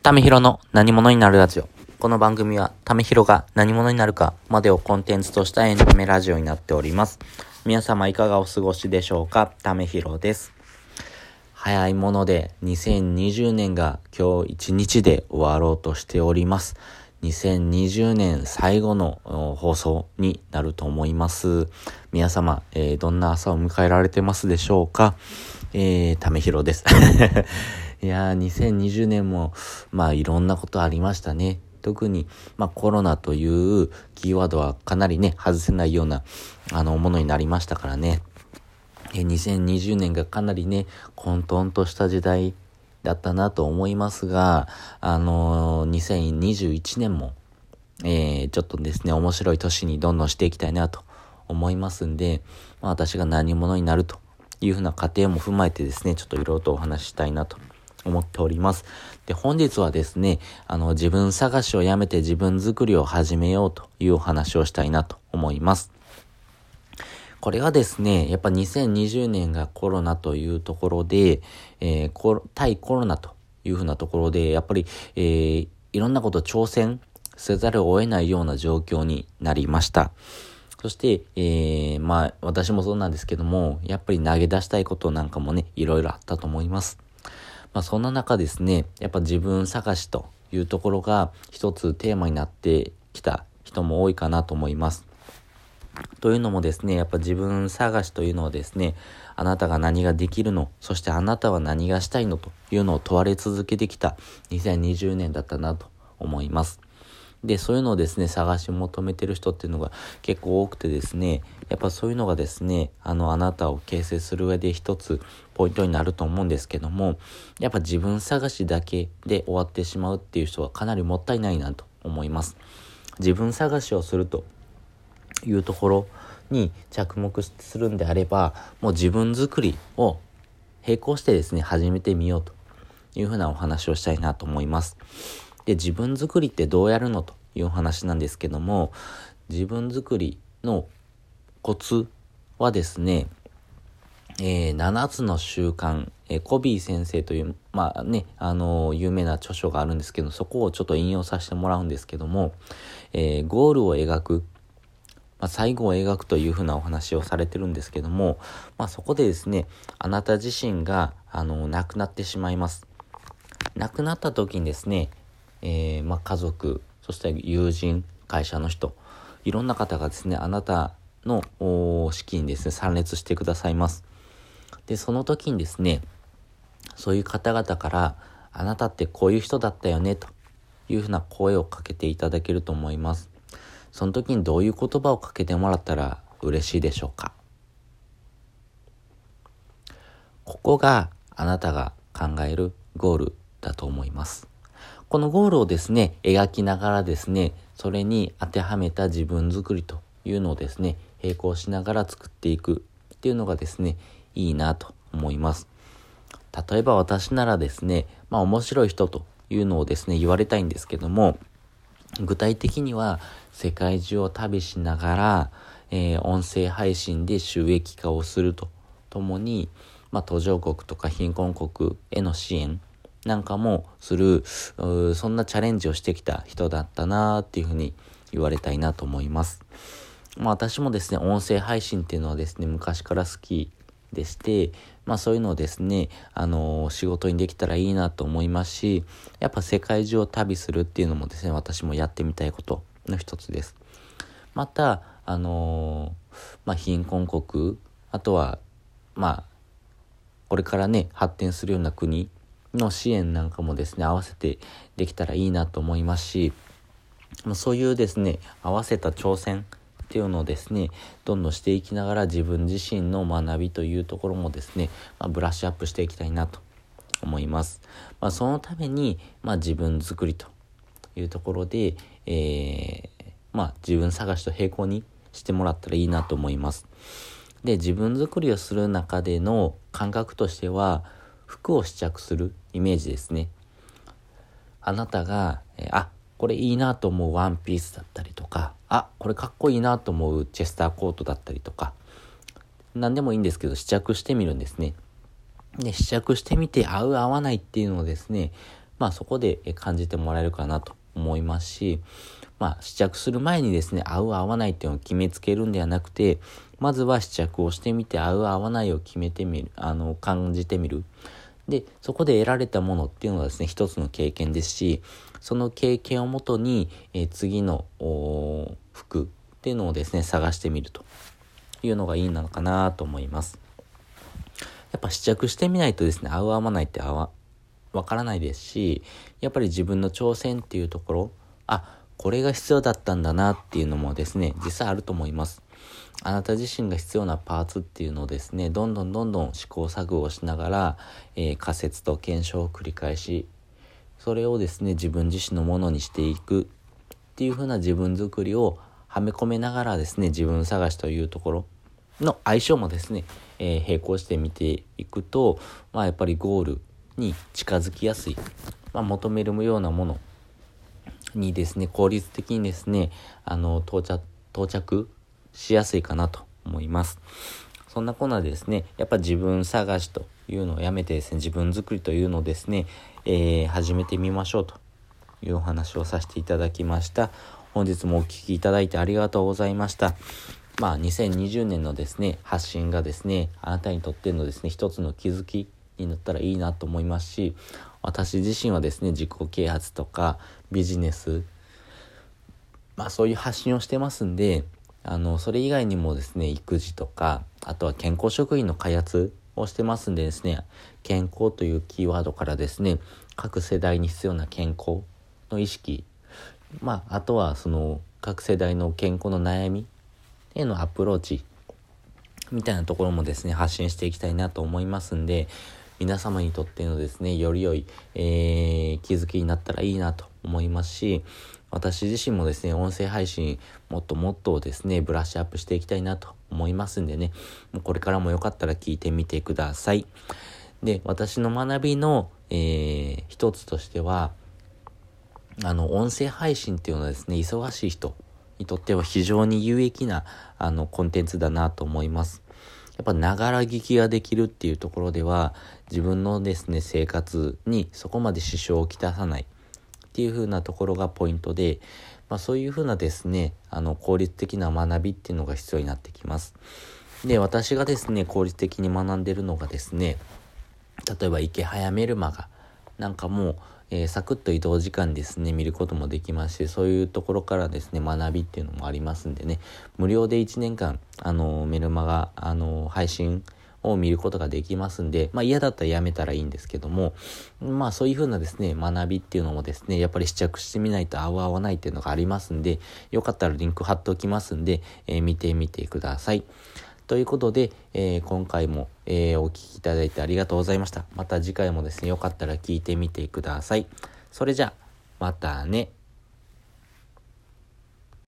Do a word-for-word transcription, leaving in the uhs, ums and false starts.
ためひろの何者になるラジオ。この番組はためひろが何者になるかまでをコンテンツとしたエンタメラジオになっております。皆様いかがお過ごしでしょうか。ためひろです。早いものでにせんにじゅうねんが今日一日で終わろうとしております。にせんにじゅうねん最後の放送になると思います。皆様、えー、どんな朝を迎えられてますでしょうか。えー、ためひろですいやーにせんにじゅうねんもまあいろんなことありましたね。特にまあコロナというキーワードはかなりね外せないようなあのものになりましたからね。えー、にせんにじゅうねんがかなりね混沌とした時代だったなと思いますが、あのー、にせんにじゅういちねんも、えー、ちょっとですね面白い年にどんどんしていきたいなと思いますんで、まあ、私が何者になるというふうな過程も踏まえてですね、ちょっといろいろとお話ししたいなと思っております。で、本日はですね、あの、自分探しをやめて自分作りを始めようというお話をしたいなと思います。これはですね、やっぱにせんにじゅうねんがコロナというところで、えー、コロ対コロナというふうなところで、やっぱり、えー、いろんなことを挑戦せざるを得ないような状況になりました。そして、えー、まあ、私もそうなんですけども、やっぱり投げ出したいことなんかもね、いろいろあったと思います。まあ、そんな中ですね、やっぱ自分探しというところが一つテーマになってきた人も多いかなと思います。というのもですね、やっぱ自分探しというのはですね、あなたが何ができるの、そしてあなたは何がしたいのというのを問われ続けてきたにせんにじゅうねんだったなと思います。で、そういうのをですね、探し求めてる人っていうのが結構多くてですね、やっぱそういうのがですね、あの、あなたを形成する上で一つポイントになると思うんですけども、やっぱ自分探しだけで終わってしまうっていう人はかなりもったいないなと思います。自分探しをするというところに着目するんであれば、もう自分作りを並行してですね、始めてみようというふうなお話をしたいなと思います。で、自分作りってどうやるのというお話なんですけども、自分作りのコツはですね、えー、ななつの習慣、えー、コビー先生という、まあね、あのー、有名な著書があるんですけど、そこをちょっと引用させてもらうんですけども、えー、ゴールを描く、まあ、最後を描くというふうなお話をされてるんですけども、まあ、そこでですね、あなた自身が、あのー、亡くなってしまいます。亡くなった時にですね、えー、まあ家族、そして友人、会社の人、いろんな方がですね、あなたの式にですね、参列してくださいます。で、その時にですね、そういう方々から、あなたってこういう人だったよね、というふうな声をかけていただけると思います。その時にどういう言葉をかけてもらったら嬉しいでしょうか。ここがあなたが考えるゴールだと思います。このゴールをですね、描きながらですね、それに当てはめた自分作りというのをですね、並行しながら作っていくっていうのがですね、いいなと思います。例えば私ならですね、まあ面白い人というのをですね、言われたいんですけども、具体的には世界中を旅しながら、えー、音声配信で収益化をするとともに、まあ途上国とか貧困国への支援なんかもする、そんなチャレンジをしてきた人だったなっていうふうに言われたいなと思います。まあ私もですね、音声配信っていうのはですね、昔から好きでして、まあそういうのをですね、あのー、仕事にできたらいいなと思いますし、やっぱ世界中を旅するっていうのもですね、私もやってみたいことの一つです。また、あのー、まあ貧困国、あとは、まあ、これからね、発展するような国、の支援なんかもですね合わせてできたらいいなと思いますし、そういうですね合わせた挑戦っていうのをですねどんどんしていきながら自分自身の学びというところもですね、まあ、ブラッシュアップしていきたいなと思います。まあ、そのために、まあ、自分作りというところで、えー、まあ自分探しと並行にしてもらったらいいなと思います。で、自分作りをする中での感覚としては服を試着するイメージですね。あなたが、えー、あ、これいいなと思うワンピースだったりとか、あ、これかっこいいなと思うチェスターコートだったりとか、何でもいいんですけど試着してみるんですね。で、試着してみて合う合わないっていうのをですね、 まあそこで感じてもらえるかなと思いますし、まあ試着する前にですね、合う合わないっていうのを決めつけるんではなくて、まずは試着をしてみて合う合わないを決めてみる、あの感じてみる。で、そこで得られたものっていうのはですね、一つの経験ですし、その経験をもとに、えー次の服っていうのをですね、探してみるというのがいいのかなと思います。やっぱ試着してみないとですね、合う合わないって合わわからないですし、やっぱり自分の挑戦っていうところ、あ、これが必要だったんだなっていうのもですね、実際あると思います。あなた自身が必要なパーツっていうのをですね、どんどんどんどん試行錯誤をしながら、えー仮説と検証を繰り返し、それをですね、自分自身のものにしていくっていう風な自分作りをはめ込めながらですね、自分探しというところの相性もですね、えー並行して見ていくと、まあやっぱりゴールに近づきやすい、まあ、求めるようなものにですね、効率的にですね、あの到着到着しやすいかなと思います。そんなこんなでですね、やっぱ自分探しというのをやめてですね、自分作りというのをですね、えー始めてみましょうというお話をさせていただきました。本日もお聞きいただいてありがとうございました。まあにせんにじゅうねんのですね、発信がですね、あなたにとってのですね、一つの気づきになったらいいなと思いますし、私自身はですね、自己啓発とかビジネス、まあそういう発信をしてますんで、あのそれ以外にもですね、育児とか、あとは健康食品の開発をしてますんでですね、健康というキーワードからですね、各世代に必要な健康の意識、まああとはその各世代の健康の悩みへのアプローチみたいなところもですね、発信していきたいなと思いますんで、皆様にとってのですね、より良い、えー気づきになったらいいなと思いますし、私自身もですね、音声配信もっともっとですね、ブラッシュアップしていきたいなと思いますんでね、もうこれからもよかったら聞いてみてください。で、私の学びの、えー一つとしては、あの、音声配信っていうのはですね、忙しい人にとっては非常に有益な、あの、コンテンツだなと思います。やっぱ、ながら聞きができるっていうところでは、自分のですね、生活にそこまで支障をきたさないっていう風なところがポイントで、まあそういう風なですね、あの、効率的な学びっていうのが必要になってきます。で、私がですね、効率的に学んでるのがですね、例えば池早メルマガなんかも、えーサクッと移動時間ですね見ることもできますし、そういうところからですね学びっていうのもありますんでね、無料でいちねんかんあのメルマガあの配信を見ることができますんで、まあ嫌だったらやめたらいいんですけども、まあそういう風なですね学びっていうのもですね、やっぱり試着してみないと合う合わないっていうのがありますんで、よかったらリンク貼っておきますんで、えー見てみてください。ということで、えー今回も、えーお聞きいただいてありがとうございました。また次回もですね、よかったら聞いてみてください。それじゃあ、またね。